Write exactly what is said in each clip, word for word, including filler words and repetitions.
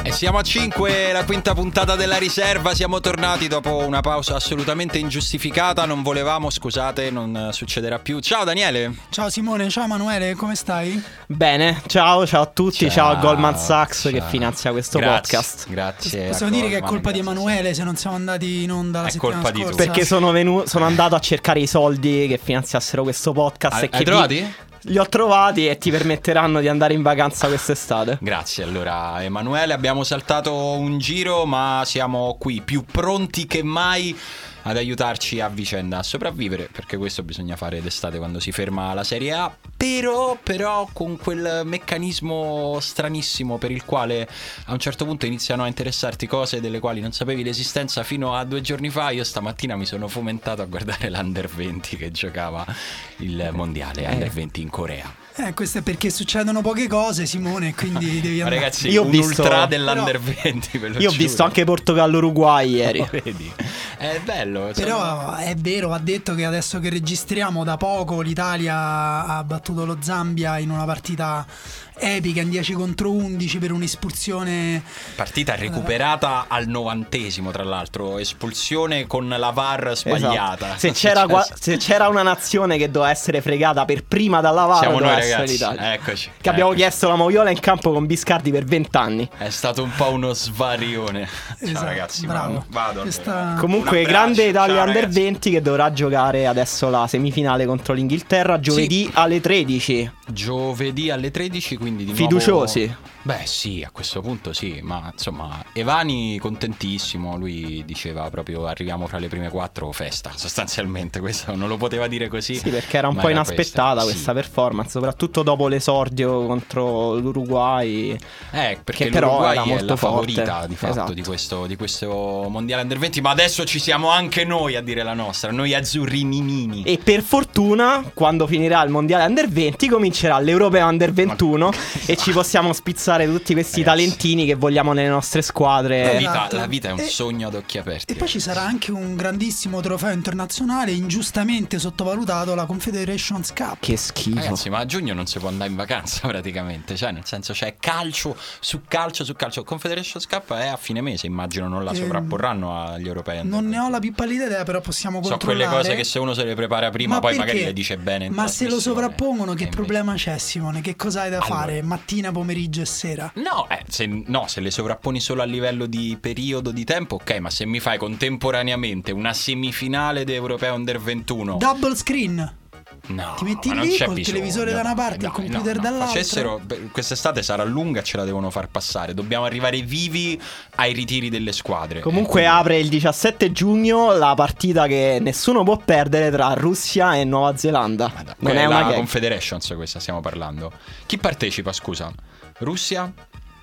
E siamo a cinque, la quinta puntata della riserva. Siamo tornati dopo una pausa assolutamente ingiustificata. Non volevamo, scusate, non succederà più. Ciao Daniele. Ciao Simone, ciao Emanuele, come stai? Bene, ciao, ciao a tutti, ciao, ciao a Goldman Sachs ciao. Che finanzia questo grazie, podcast. Grazie. Possiamo dire che è colpa di Emanuele se non siamo andati in onda la è settimana colpa scorsa. Di Perché sono, venuto, sono andato a cercare i soldi che finanziassero questo podcast. Hai, e che hai trovati? Li ho trovati e ti permetteranno di andare in vacanza quest'estate. Grazie allora Emanuele, abbiamo saltato un giro ma siamo qui più pronti che mai ad aiutarci a vicenda a sopravvivere, perché questo bisogna fare d'estate quando si ferma la Serie A. Però, però con quel meccanismo stranissimo per il quale a un certo punto iniziano a interessarti cose delle quali non sapevi l'esistenza fino a due giorni fa. Io stamattina mi sono fomentato a guardare l'Under venti che giocava il mondiale eh. Under venti in Corea. Eh, questo è perché succedono poche cose, Simone, quindi devi andare. Ma ragazzi, io ho un visto... ultra dell'Under però... venti, ve lo Io ho giuro. visto anche Portogallo-Uruguay ieri. Vedi? È bello. Però insomma... è vero, va detto che adesso che registriamo da poco l'Italia ha battuto lo Zambia in una partita epica in dieci contro undici per un'espulsione. Partita recuperata al novantesimo, tra l'altro, espulsione con la V A R sbagliata. Esatto. Se, c'era qua, se c'era una nazione che doveva essere fregata per prima dalla V A R, siamo doveva noi essere ragazzi, l'Italia. eccoci. Che abbiamo eccoci. chiesto la moviola in campo con Biscardi per vent'anni. È stato un po' uno svarione. Esatto, ciao ragazzi, bravo. vado. Questa... Comunque grande Italia Under venti che dovrà giocare adesso la semifinale contro l'Inghilterra giovedì sì. alle tredici. Giovedì alle tredici, quindi di fiduciosi. nuovo... Beh sì, a questo punto sì, ma insomma Evani contentissimo, lui diceva proprio arriviamo fra le prime quattro, festa, sostanzialmente, questo non lo poteva dire così. Sì, perché era un po' inaspettata questa, questa sì. performance, soprattutto dopo l'esordio contro l'Uruguay. Eh, perché che però l'Uruguay era molto è la forte. favorita di fatto esatto. di, questo, di questo mondiale Under venti, ma adesso ci siamo anche noi a dire la nostra, noi azzurri mimini. E per fortuna quando finirà il mondiale Under venti comincerà l'Europeo Under ventuno ma... e ci possiamo spizzare tutti questi Ragazzi. talentini che vogliamo nelle nostre squadre. La vita, la vita è un e, sogno ad occhi aperti. E poi ci sarà anche un grandissimo trofeo internazionale ingiustamente sottovalutato, la Confederations Cup. Che schifo. Ragazzi, ma a giugno non si può andare in vacanza praticamente, cioè nel senso c'è calcio su calcio su calcio. Confederations Cup è a fine mese, immagino non la sovrapporranno agli europei. Non ne ho la più pallida idea, però possiamo controllare. So quelle cose che se uno se le prepara prima ma poi perché? magari le dice bene. Ma se lo sovrappongono che problema invece... c'è, Simone? Che cosa hai da allora. fare mattina, pomeriggio e sera? No, eh, se, no, se le sovrapponi solo a livello di periodo di tempo, ok, ma se mi fai contemporaneamente una semifinale di Europeo Under ventuno double screen. No, ti metti ma lì col bisogno. televisore da una parte, no, il computer no, no, dall'altra. Facessero, quest'estate sarà lunga, ce la devono far passare. Dobbiamo arrivare vivi ai ritiri delle squadre. Comunque quindi... apre il diciassette giugno la partita che nessuno può perdere tra Russia e Nuova Zelanda. Da, non è la una Confederations questa stiamo parlando. Chi partecipa, scusa? Russia?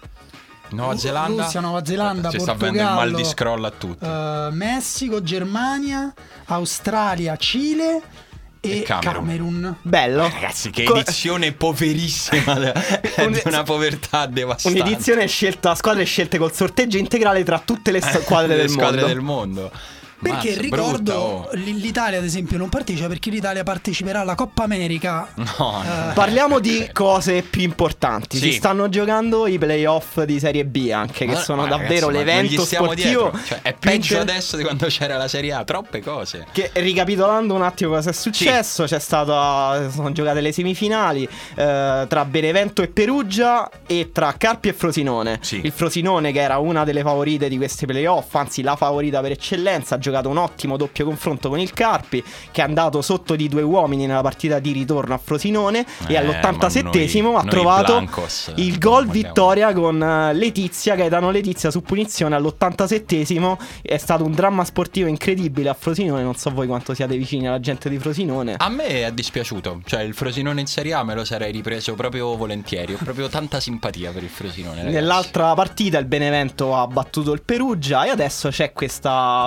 Nuova Zelanda, Russia, Nuova Zelanda, si Portogallo, sta avendo il mal di scroll a tutti. uh, Messico, Germania, Australia, Cile e, e Camerun. Camerun. Bello. Ragazzi, che edizione Co- poverissima. È di una povertà devastante. Un'edizione scelta, squadre scelte col sorteggio integrale tra tutte le squadre, le del, squadre mondo. del mondo. Perché Mazza, ricordo brutta, oh. l'Italia ad esempio non partecipa perché l'Italia parteciperà alla Coppa America. No, no. Uh, Parliamo di cose più importanti. Sì. Si stanno giocando i playoff di Serie B anche, che ma, sono ma davvero ragazzi, l'evento sportivo. Cioè, è peggio inter... adesso di quando c'era la Serie A, troppe cose. Che ricapitolando un attimo cosa è successo, sì. c'è stato sono giocate le semifinali eh, tra Benevento e Perugia e tra Carpi e Frosinone. Sì. Il Frosinone, che era una delle favorite di questi playoff, anzi la favorita per eccellenza, ha giocato un ottimo doppio confronto con il Carpi, che è andato sotto di due uomini nella partita di ritorno a Frosinone eh, e all'ottantasettesimo noi, ha trovato Blancos, il gol vittoria con Letizia, Gaetano Letizia su punizione all'ottantasettesimo. È stato un dramma sportivo incredibile a Frosinone. Non so voi quanto siate vicini alla gente di Frosinone. A me è dispiaciuto, cioè il Frosinone in Serie A me lo sarei ripreso proprio volentieri. Ho proprio tanta simpatia per il Frosinone, ragazzi. Nell'altra partita il Benevento ha battuto il Perugia e adesso c'è questa finale. Hanno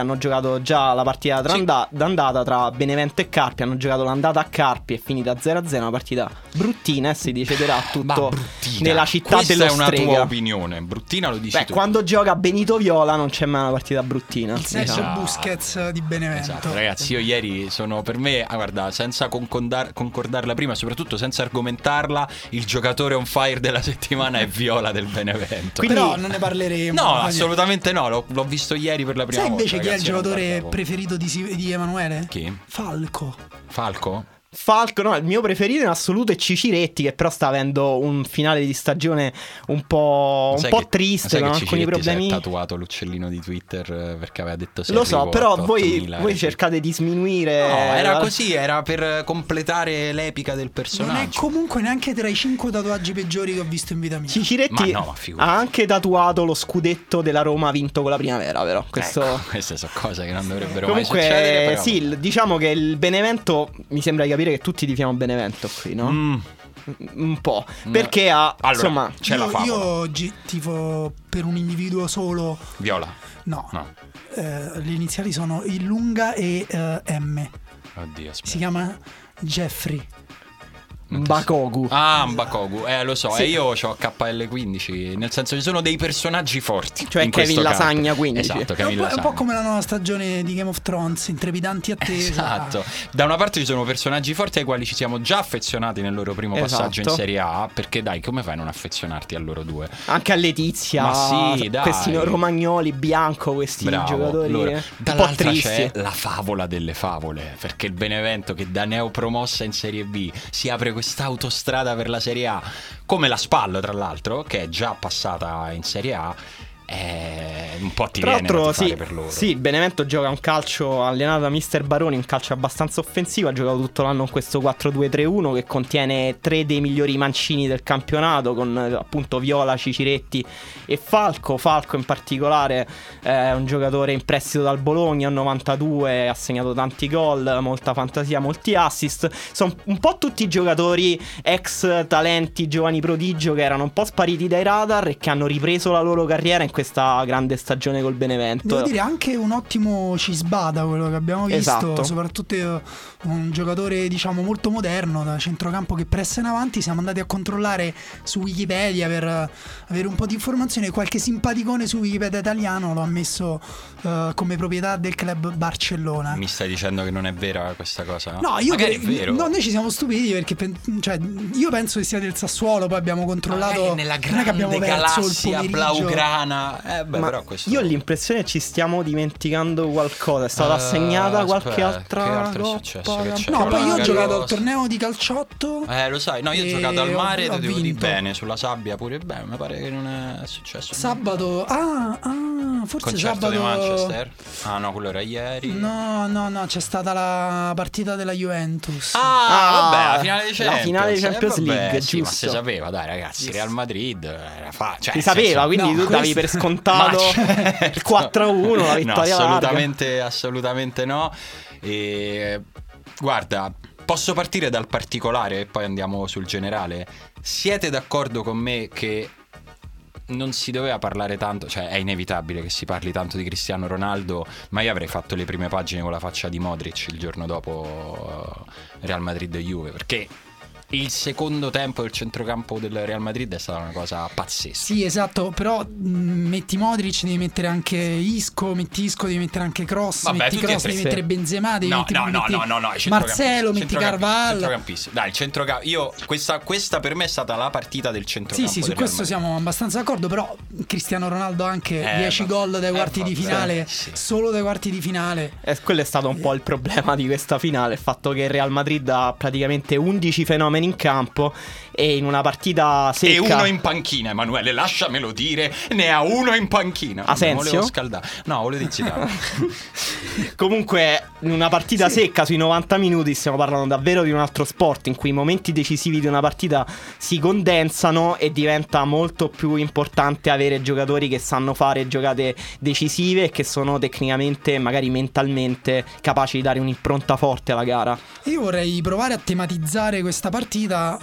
hanno giocato già la partita Sì. d'andata tra Benevento e Carpi, hanno giocato l'andata a Carpi, è finita zero a zero, una partita bruttina e si deciderà tutto nella città Questa dello è una Strega. tua opinione, bruttina lo dici Beh, tu. quando gioca Benito Viola non c'è mai una partita bruttina. Il Sergio Esatto. Busquets di Benevento. Esatto, ragazzi, io ieri sono per me, ah, guarda, senza concordar- concordarla prima, soprattutto senza argomentarla, il giocatore on fire della settimana è Viola del Benevento. Quindi- Però non ne parleremo. No, Va bene. assolutamente no, l'ho, l'ho visto ieri per la prima Sai volta. invece chi è il ragazzi, non giocatore guardavo. preferito di, Si- di Emanuele? Chi? Falco. Falco? Falco, no, il mio preferito in assoluto è Ciciretti, che però sta avendo un finale di stagione un po', un Sai po' che- triste, sai con che alcuni Ciciretti problemi. si è tatuato l'uccellino di Twitter eh, perché aveva detto se Lo so, arrivo però a voi, ottomila, voi eh, cercate di sminuire. No, era la- così, era per completare l'epica del Non è personaggio. comunque neanche tra i cinque tatuaggi peggiori che ho visto in vita mia. Ciciretti Ma no, ma figurati. ha anche tatuato lo scudetto della Roma vinto con la primavera, però. Questo. Ecco, queste sono cose che non dovrebbero mai succedere. Comunque, però- sì, il- diciamo che il Benevento, mi sembra di capire che tutti tifiamo Benevento qui, no? Mm, Un po'. No. Perché ha, Allora, insomma, c'è la io, favola. io gi- tifo per un individuo solo. Viola. No, No. Eh, le iniziali sono Illunga e eh, M. Oddio, aspetta. Si chiama Jeffrey. Bakogu. Ah, Mbakogu, eh lo so, Sì. e io ho K L quindici, nel senso ci sono dei personaggi forti. Cioè in Kevin questo Lasagna campo. quindici. Esatto, È un, Kevin po', è un Lasagna. po' come la nuova stagione di Game of Thrones, in trepidanti attesa. Esatto, da una parte ci sono personaggi forti ai quali ci siamo già affezionati nel loro primo passaggio in Esatto. Serie A, perché dai, come fai a non affezionarti a loro due? Anche a Letizia. Ma sì, dai. Questi Romagnoli, Bianco, questi Bravo, giocatori loro. eh, un po' Dall'altra tristi. c'è la favola delle favole, perché il Benevento che da neopromossa in Serie B si apre quest'autostrada per la Serie A, come la Spal tra l'altro, che è già passata in Serie A, eh, un po' ti Tra viene da l'altro, tifare sì, per loro. sì, il Benevento gioca un calcio allenato da mister Baroni, un calcio abbastanza offensivo. Ha giocato tutto l'anno con questo quattro due tre uno che contiene tre dei migliori mancini del campionato, con eh, appunto Viola, Ciciretti e Falco. Falco in particolare è un giocatore in prestito dal Bologna, a novantadue, ha segnato tanti gol, molta fantasia, molti assist. Sono un po' tutti giocatori ex talenti, giovani prodigio che erano un po' spariti dai radar e che hanno ripreso la loro carriera in questa grande stagione col Benevento. Devo dire anche un ottimo Cisbada quello che abbiamo visto, Esatto. soprattutto eh, un giocatore diciamo molto moderno da centrocampo che pressa in avanti. Siamo andati a controllare su Wikipedia per eh, avere un po' di informazioni. Qualche simpaticone su Wikipedia italiano lo ha messo eh, come proprietà del club Barcellona. Mi stai dicendo che non è vera questa cosa? No, io Magari cre- è vero. no, noi ci siamo stupiti perché pen- cioè, io penso che sia del Sassuolo, poi abbiamo controllato Eh, nella non è che abbiamo grande perso il galassia pomeriggio. blaugrana. Eh beh, Ma però questo io ho l'impressione che ci stiamo dimenticando qualcosa. È stata Eh, assegnata qualche aspetta, altra che altro è coppa? successo? Che c'è? No, poi io ho Roland giocato Garros. al torneo di calciotto. Eh, lo sai, no, io ho E giocato al mare, ho- ho ti devo dire vinto. bene, sulla sabbia pure bene, mi pare che non è successo. Sabato. Ah, ah, forse Concerto sabato. di Manchester? Ah no, quello era ieri. No, no, no, c'è stata la partita della Juventus. Ah, Ah, vabbè, la finale di la Champions. finale di Eh, Champions vabbè, League, sì, ma giusto. si sapeva, dai ragazzi, Real Madrid era fa- cioè, Si nel sapeva, senso- quindi no, tu davi per questo- scontato Ma certo. il quattro a uno, la vittoria no, larga. assolutamente, assolutamente no. E guarda, posso partire dal particolare e poi andiamo sul generale. Siete d'accordo con me che non si doveva parlare tanto, cioè è inevitabile che si parli tanto di Cristiano Ronaldo, ma io avrei fatto le prime pagine con la faccia di Modric il giorno dopo uh, Real Madrid e Juve, perché il secondo tempo del centrocampo del Real Madrid è stata una cosa pazzesca. Sì, esatto, però mh, metti Modric, devi mettere anche Isco, metti Isco, devi mettere anche Cross, Vabbè, metti tutti e Cross, tre, devi sì. mettere Benzema, devi No, metti, no, no, metti no, no, no, i Marcelo, centrocampisti, metti centrocampisti, Carvalho. centrocampisti. Dai, il centrocampo. Io questa, questa per me è stata la partita del Sì, centrocampo. sì, su del Real questo Madrid. siamo abbastanza d'accordo, però Cristiano Ronaldo anche Eh, dieci vabbè. gol dai Eh, quarti di vabbè, finale, sì. solo dai quarti di finale. E quello è stato un po' il problema di questa finale, il fatto che il Real Madrid ha praticamente undici fenomeni in campo e in una partita secca. E uno in panchina, Emanuele, lasciamelo dire, ne ha uno in panchina. Asensio? Non volevo scaldare. No, volevo dire Zidane. Comunque, in una partita Sì. secca sui novanta minuti stiamo parlando davvero di un altro sport in cui i momenti decisivi di una partita si condensano e diventa molto più importante avere giocatori che sanno fare giocate decisive e che sono tecnicamente, magari mentalmente, capaci di dare un'impronta forte alla gara. Io vorrei provare a tematizzare questa partita partita,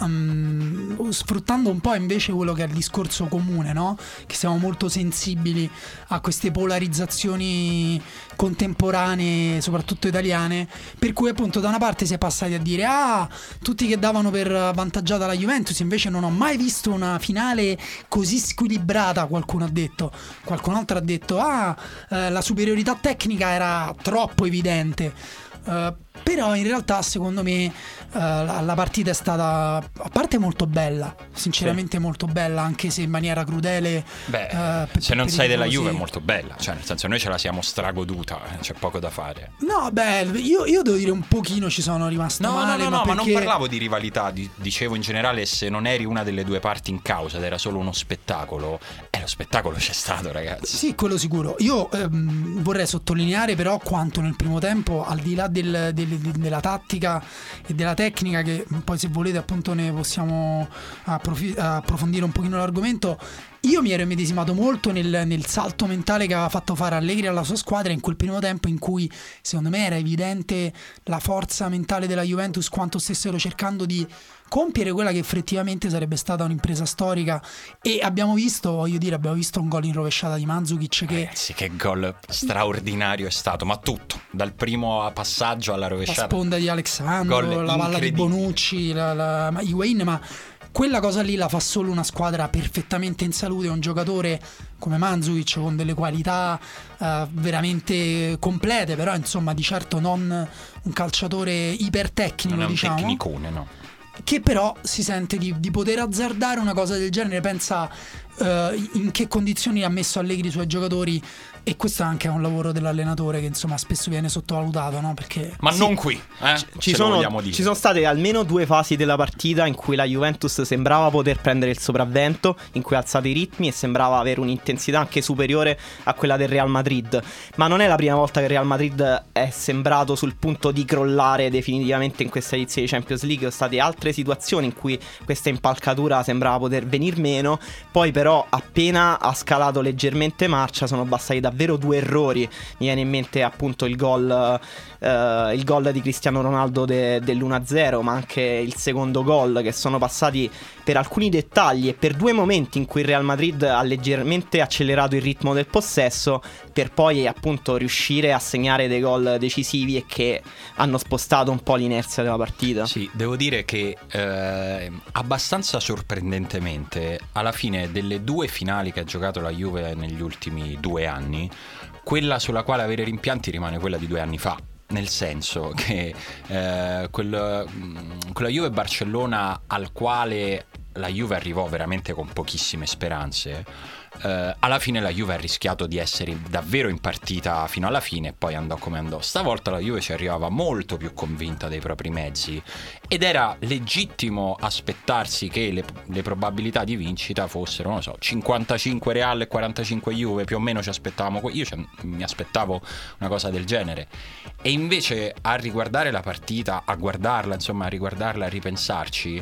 um, sfruttando un po' invece quello che è il discorso comune, no? Che siamo molto sensibili a queste polarizzazioni contemporanee, soprattutto italiane, per cui appunto da una parte si è passati a dire ah, tutti che davano per avvantaggiata la Juventus, invece non ho mai visto una finale così squilibrata, qualcuno ha detto, qualcun altro ha detto ah, eh, la superiorità tecnica era troppo evidente. Uh, però in realtà secondo me uh, la, la partita è stata a parte molto bella, sinceramente sì. molto bella, anche se in maniera crudele. Beh, uh, per, se non sai della Juve è molto bella, cioè nel senso noi ce la siamo stragoduta, c'è poco da fare. No, beh, io, io devo dire un pochino ci sono rimasto no, male. No, no, ma, no, perché... ma non parlavo di rivalità, di, dicevo in generale se non eri una delle due parti in causa ed era solo uno spettacolo, eh, lo spettacolo c'è stato, ragazzi. Sì, quello sicuro. Io ehm, vorrei sottolineare però quanto nel primo tempo, al di là del, del della tattica e della tecnica, che poi se volete appunto ne possiamo approf- approfondire un pochino l'argomento, io mi ero immedesimato molto nel, nel salto mentale che aveva fatto fare Allegri alla sua squadra in quel primo tempo, in cui secondo me era evidente la forza mentale della Juventus, quanto stessero cercando di compiere quella che effettivamente sarebbe stata un'impresa storica. E abbiamo visto, voglio dire, abbiamo visto un gol in rovesciata di Mandzukic che... Ragazzi, che gol straordinario è stato, ma tutto, dal primo passaggio alla rovesciata, la sponda di Alexandro, la palla di Bonucci, la, la, ma Higuain, ma quella cosa lì la fa solo una squadra perfettamente in salute, un giocatore come Mandzukic con delle qualità uh, veramente complete, però insomma di certo non un calciatore ipertecnico, non è un diciamo, tecnicone, no, che però si sente di, di poter azzardare una cosa del genere. Pensa uh, in che condizioni ha messo Allegri i suoi giocatori, e questo è anche un lavoro dell'allenatore che insomma spesso viene sottovalutato, no? Perché ma sì, non qui, eh? ci, sono, ci sono state almeno due fasi della partita in cui la Juventus sembrava poter prendere il sopravvento, in cui ha alzato i ritmi e sembrava avere un'intensità anche superiore a quella del Real Madrid. Ma non è la prima volta che il Real Madrid è sembrato sul punto di crollare definitivamente in questa edizione di Champions League. Sono state altre situazioni in cui questa impalcatura sembrava poter venir meno, poi però appena ha scalato leggermente marcia sono bastati davvero davvero due errori. Mi viene in mente appunto il gol Uh, il gol di Cristiano Ronaldo de- dell'uno a zero, ma anche il secondo gol, che sono passati per alcuni dettagli e per due momenti in cui il Real Madrid ha leggermente accelerato il ritmo del possesso, per poi appunto riuscire a segnare dei gol decisivi e che hanno spostato un po' l'inerzia della partita. Sì, devo dire che eh, abbastanza sorprendentemente alla fine delle due finali che ha giocato la Juve negli ultimi due anni, quella sulla quale avere rimpianti rimane quella di due anni fa. Nel senso che eh, quel, quella Juve-Barcellona al quale la Juve arrivò veramente con pochissime speranze, eh, alla fine la Juve ha rischiato di essere davvero in partita fino alla fine e poi andò come andò. Stavolta la Juve ci arrivava molto più convinta dei propri mezzi ed era legittimo aspettarsi che le, le probabilità di vincita fossero, non so, cinquantacinque Real e quarantacinque Juve, più o meno ci aspettavamo. Io cioè, mi aspettavo una cosa del genere, e invece a riguardare la partita, a guardarla, insomma a riguardarla, a ripensarci,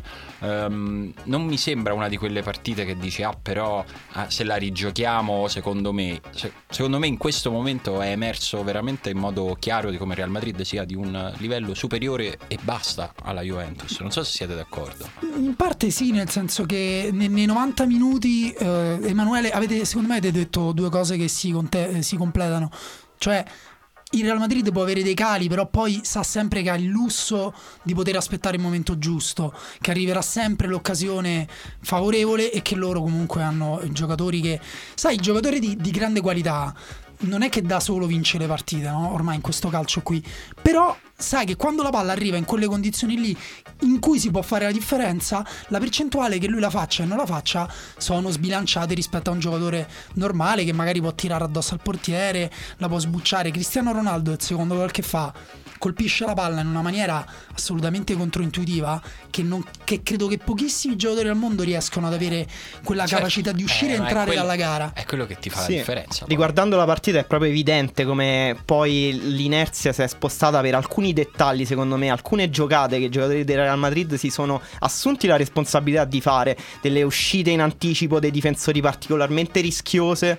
um, non mi sembra una di quelle partite che dici ah però ah, se la rigiochiamo, secondo me se, secondo me in questo momento è emerso veramente in modo chiaro di come Real Madrid sia di un livello superiore e basta alla Juventus. Non so se siete d'accordo. In parte sì, nel senso che nei, nei novanta minuti eh, Emanuele, avete, secondo me avete detto due cose che si, conte- si completano. Cioè il Real Madrid può avere dei cali, però poi sa sempre che ha il lusso di poter aspettare il momento giusto, che arriverà sempre l'occasione favorevole, e che loro comunque hanno giocatori che, sai, giocatori di, di grande qualità non è che da solo vince le partite, no? Ormai in questo calcio qui, però sai che quando la palla arriva in quelle condizioni lì in cui si può fare la differenza, la percentuale che lui la faccia e non la faccia sono sbilanciate rispetto a un giocatore normale che magari può tirare addosso al portiere, la può sbucciare. Cristiano Ronaldo, il secondo gol che fa, colpisce la palla in una maniera assolutamente controintuitiva che, non, che credo che pochissimi giocatori al mondo riescono ad avere quella certo, capacità di uscire eh, e entrare quello, dalla gara. È quello che ti fa sì, la differenza. Poi. Riguardando la partita è proprio evidente come poi l'inerzia si è spostata per alcuni dettagli, secondo me, alcune giocate che i giocatori del Real Madrid si sono assunti la responsabilità di fare, delle uscite in anticipo dei difensori particolarmente rischiose.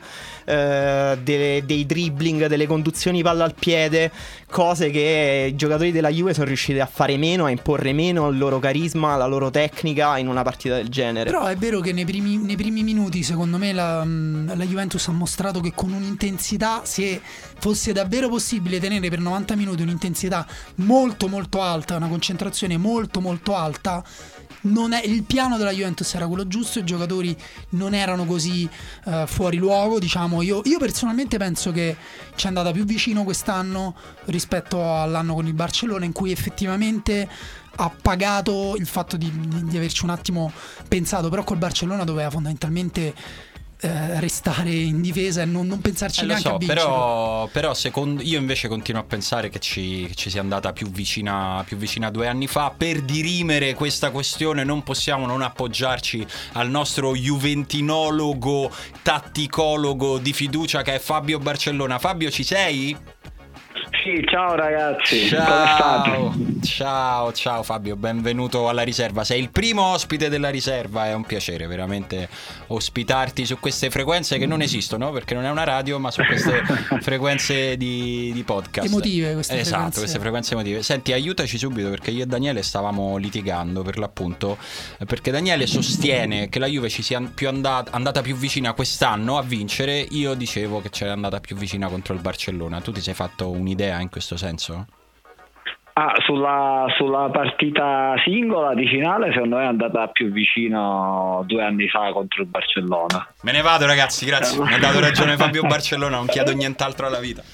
eh, de- dei dribbling, delle conduzioni palla al piede, cose che i giocatori della Juve sono riusciti a fare meno, a imporre meno il loro carisma, la loro tecnica in una partita del genere. Però è vero che nei primi, nei primi minuti secondo me la, la Juventus ha mostrato che con un'intensità, se fosse davvero possibile tenere per novanta minuti un'intensità molto molto alta, una concentrazione molto molto alta, non è, il piano della Juventus era quello giusto, i giocatori non erano così uh, fuori luogo, diciamo. Io, io personalmente penso che ci è andata più vicino quest'anno rispetto all'anno con il Barcellona, in cui effettivamente ha pagato il fatto di, di averci un attimo pensato, però col Barcellona doveva fondamentalmente eh, restare in difesa e non, non pensarci eh, neanche so, a vincere. Però, però secondo, io invece continuo a pensare che ci, che ci sia andata più vicina, più vicina due anni fa. Per dirimere questa questione non possiamo non appoggiarci al nostro juventinologo, tatticologo di fiducia che è Fabio Barcellona. Fabio, ci sei? Sì, ciao ragazzi, ciao, come state? Ciao, ciao Fabio, benvenuto alla riserva. Sei il primo ospite della riserva, è un piacere veramente ospitarti su queste frequenze che non esistono, perché non è una radio, ma su queste frequenze di, di podcast. Emotive queste esatto, frequenze. queste frequenze emotive. Senti, aiutaci subito, perché io e Daniele stavamo litigando per l'appunto, perché Daniele sostiene che la Juve ci sia più andata, andata più vicina quest'anno a vincere. Io dicevo che c'era andata più vicina contro il Barcellona. Tu ti sei fatto un'idea in questo senso? Ah, sulla, sulla partita singola di finale secondo me è andata più vicino due anni fa contro il Barcellona. Me ne vado ragazzi, grazie, mi ha dato ragione Fabio Barcellona, non chiedo nient'altro alla vita.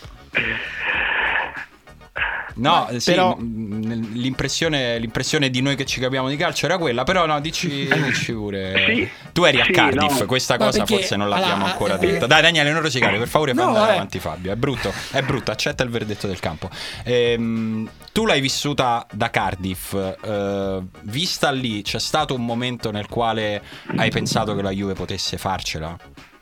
No, Ma, sì, però... l'impressione, l'impressione di noi che ci capiamo di calcio era quella, però no, dici, dici pure. Sì, tu eri a sì, Cardiff, no. questa Ma cosa perché, forse non l'abbiamo allora, ancora eh, detta. Dai Daniele, non rosicare, per favore, fa no, andare eh. avanti Fabio, è brutto, è brutto, accetta il verdetto del campo. Ehm, tu l'hai vissuta da Cardiff, eh, vista lì, c'è stato un momento nel quale hai pensato che la Juve potesse farcela?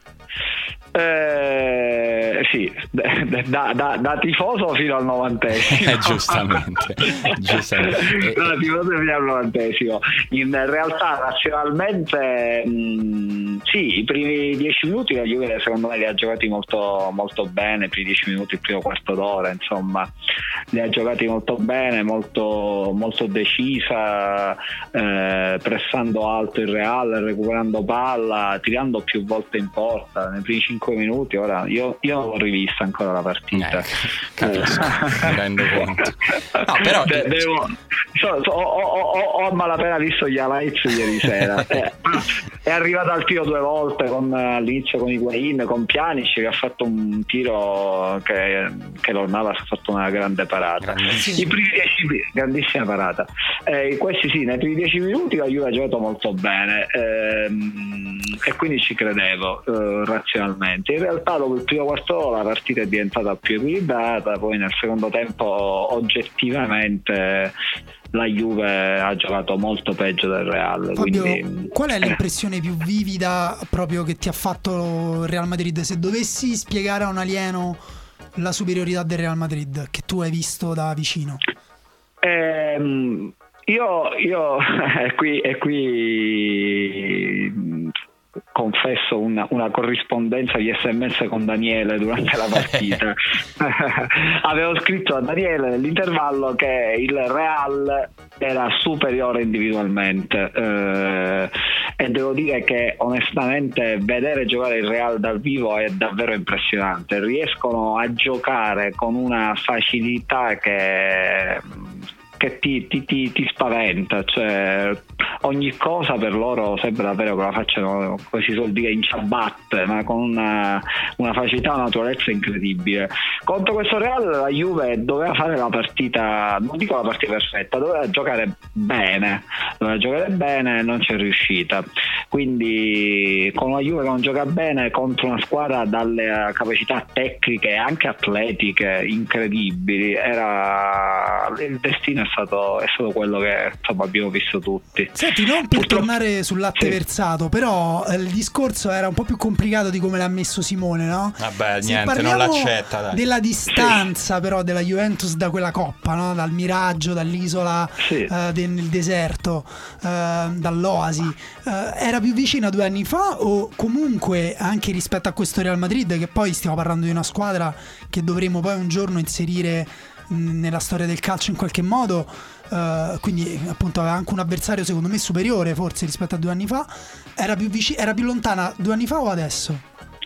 Eh, sì, da, da, da tifoso fino al novantesimo. Eh, giustamente, giustamente. Da tifoso fino al novantesimo. In realtà razionalmente mh, sì, i primi dieci minuti la Juve secondo me li ha giocati molto, molto bene, i primi dieci minuti, il primo quarto d'ora, insomma li ha giocati molto bene, molto, molto decisa, eh, pressando alto il Real, recuperando palla, tirando più volte in porta nei primi cinque minuti. Ora io, io non l'ho rivista ancora la partita, eh, capisco, mi rendo conto. No, però De- devo, so, so, ho, ho, ho a malapena visto gli highlights ieri sera. eh, è arrivata al tiro due volte, con, all'inizio con Higuain, con Pjanic che ha fatto un tiro che, che l'Ornava ha fatto una grande parata. I primi dieci, grandissima parata. Eh, questi sì, nei primi dieci minuti la Juve ha giocato molto bene, ehm, e quindi ci credevo eh, razionalmente. In realtà dopo il primo quarto d'ora la partita è diventata più equilibrata, poi nel secondo tempo oggettivamente la Juve ha giocato molto peggio del Real. Fabio, quindi, qual è eh. l'impressione più vivida proprio che ti ha fatto il Real Madrid? Se dovessi spiegare a un alieno la superiorità del Real Madrid che tu hai visto da vicino. Ehm, io io e qui, e qui confesso una, una corrispondenza di sms con Daniele durante la partita. Avevo scritto a Daniele nell'intervallo che il Real era superiore individualmente, eh, e devo dire che onestamente vedere giocare il Real dal vivo è davvero impressionante. Riescono a giocare con una facilità che che ti, ti, ti, ti spaventa, cioè ogni cosa per loro sembra davvero che la facciano, come si suol dire, in ciabatte, ma con una, una facilità, una naturalezza incredibile. Contro questo Real la Juve doveva fare la partita, non dico la partita perfetta, doveva giocare bene, doveva giocare bene, non c'è riuscita. Quindi con una Juve che non gioca bene contro una squadra dalle capacità tecniche e anche atletiche incredibili, era il destino è stato, è stato quello che insomma abbiamo visto tutti. Senti, non per Purtroppo... tornare sul latte sì. versato, però eh, il discorso era un po' più complicato di come l'ha messo Simone, no? Vabbè, Se niente, non parliamo l'accetta, dai. della distanza sì. però della Juventus da quella coppa, no? Dal miraggio, dall'isola sì. eh, del, nel deserto, eh, dall'oasi, eh, era era più vicina due anni fa, o comunque anche rispetto a questo Real Madrid, che poi stiamo parlando di una squadra che dovremo poi un giorno inserire mh, nella storia del calcio in qualche modo, uh, quindi appunto aveva anche un avversario secondo me superiore forse rispetto a due anni fa. Era più, vic- era più lontana due anni fa o adesso?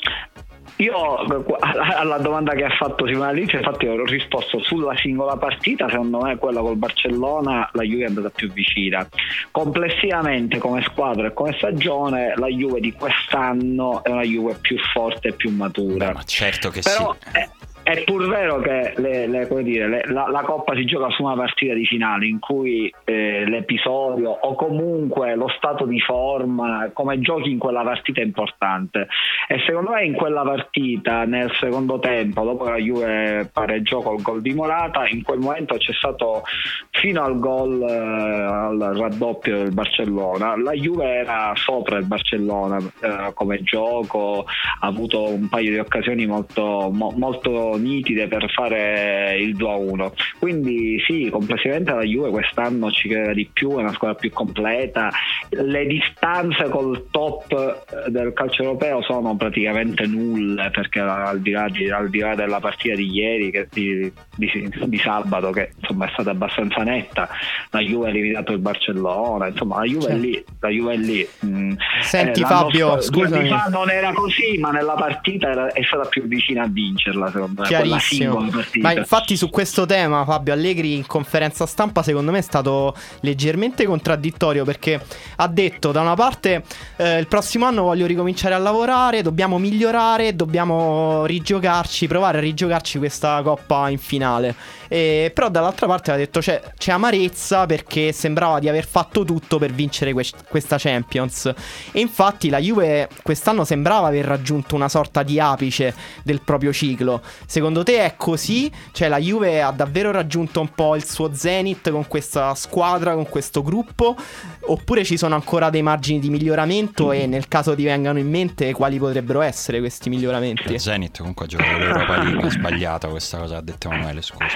Io alla domanda che ha fatto Simone all'inizio, infatti ho risposto sulla singola partita. Secondo me quella col Barcellona la Juve è andata più vicina. Complessivamente come squadra e come stagione la Juve di quest'anno è una Juve più forte e più matura. Beh, ma certo che però sì. è, è pur vero che le, le, come dire, le, la, la Coppa si gioca su una partita di finale in cui eh, l'episodio o comunque lo stato di forma, come giochi in quella partita è importante, e secondo me in quella partita nel secondo tempo, dopo che la Juve pareggiò col gol di Morata, in quel momento c'è stato fino al gol eh, al raddoppio del Barcellona la Juve era sopra il Barcellona eh, come gioco, ha avuto un paio di occasioni molto, mo, molto nitide per fare il due a uno. Quindi sì, complessivamente la Juve quest'anno ci crede di più, è una squadra più completa, le distanze col top del calcio europeo sono praticamente nulle, perché al di là, di, al di là della partita di ieri che, di, di, di sabato, che insomma è stata abbastanza netta, la Juve ha eliminato il Barcellona, insomma la Juve è lì, la Juve è lì. Mm. Senti eh, Fabio, scusami, fa non era così, ma nella partita era, è stata più vicina a vincerla secondo me. Chiarissimo. Ma infatti su questo tema Fabio Allegri in conferenza stampa secondo me è stato leggermente contraddittorio, perché ha detto da una parte eh, il prossimo anno voglio ricominciare a lavorare, dobbiamo migliorare, dobbiamo rigiocarci, provare a rigiocarci questa Coppa in finale, e, però dall'altra parte ha detto c'è, c'è amarezza perché sembrava di aver fatto tutto per vincere que- questa Champions, e infatti la Juve quest'anno sembrava aver raggiunto una sorta di apice del proprio ciclo. Secondo te è così? Cioè la Juve ha davvero raggiunto un po' il suo zenith con questa squadra, con questo gruppo, oppure ci sono ancora dei margini di miglioramento, e nel caso ti vengano in mente quali potrebbero essere questi miglioramenti? Il Zenit comunque ha giocato l'Europa League, è sbagliata questa cosa, ha detto Emanuele, scusa.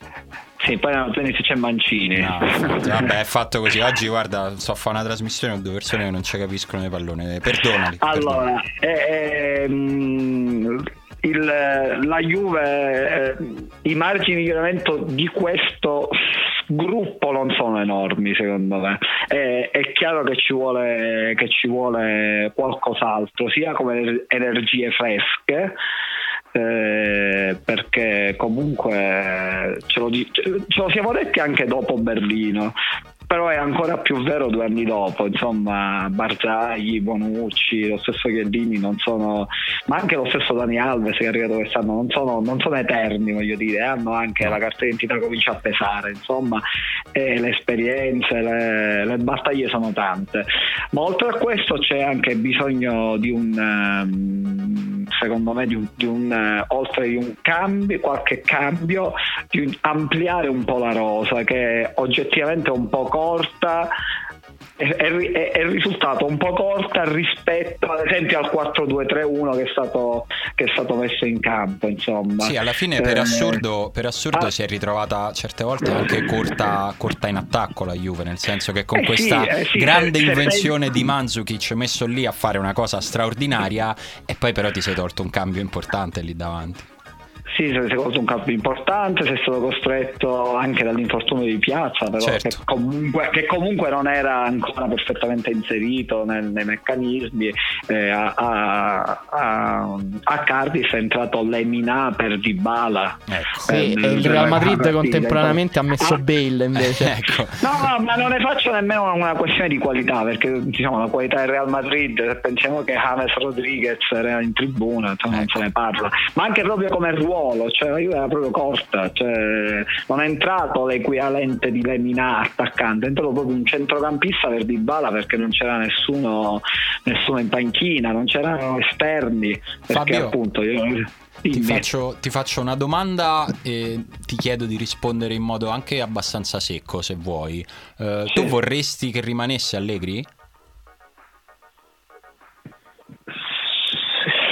Sì, poi nella Zenit c'è Mancini. No, infatti, vabbè, è fatto così. Oggi guarda, sto a fare una trasmissione con due persone che non ci capiscono nei palloni. Perdonali. Allora, eh, ehm, il, la Juve, eh, i margini di miglioramento di questo gruppo non sono enormi secondo me. È, è chiaro che ci vuole che ci vuole qualcos'altro, sia come energie fresche. Eh, perché comunque ce lo, ce lo siamo detti anche dopo Berlino, però è ancora più vero due anni dopo. Insomma, Barzagli, Bonucci, lo stesso Chiellini non sono, ma anche lo stesso Dani Alves che è arrivato quest'anno, non sono, non sono eterni, voglio dire, hanno anche la carta d'identità comincia a pesare, insomma, e le esperienze, le, le battaglie sono tante. Ma oltre a questo c'è anche bisogno di un um, secondo me di un, di un uh, oltre di un cambio, qualche cambio, di un, ampliare un po' la rosa, che oggettivamente è un po' corta, è, è, è risultato un po' corta rispetto ad esempio al quattro due tre uno che è stato che è stato messo in campo, insomma. Sì, alla fine per eh, assurdo per assurdo ah, si è ritrovata certe volte anche corta, corta in attacco la Juve, nel senso che con eh questa sì, eh sì, grande se, se invenzione sei... di Mandzukic messo lì a fare una cosa straordinaria, e poi però ti sei tolto un cambio importante lì davanti. Sì, si è colto un cambio importante, si è stato costretto anche dall'infortunio di Piazza, però certo. che, comunque, che comunque non era ancora perfettamente inserito nel, nei meccanismi. Eh, a, a, a, a Cardiff è entrato Lemina per Dybala. Ecco. Sì, e il Real Madrid contemporaneamente ha messo Bale invece. Ecco. No, no, ma non ne faccio nemmeno una questione di qualità, perché diciamo la qualità del Real Madrid, se pensiamo che James Rodriguez era in tribuna, insomma, non ecco. se ne parla, ma anche proprio come ruolo, cioè la Juve era proprio corta, cioè non è entrato l'equivalente di Lemina attaccante, è entrato proprio un centrocampista per Dybala, perché non c'era nessuno nessuno in panchina, non c'erano esterni, perché Fabio, appunto io ti faccio, ti faccio una domanda e ti chiedo di rispondere in modo anche abbastanza secco, se vuoi. Uh, sì. Tu vorresti che rimanesse Allegri?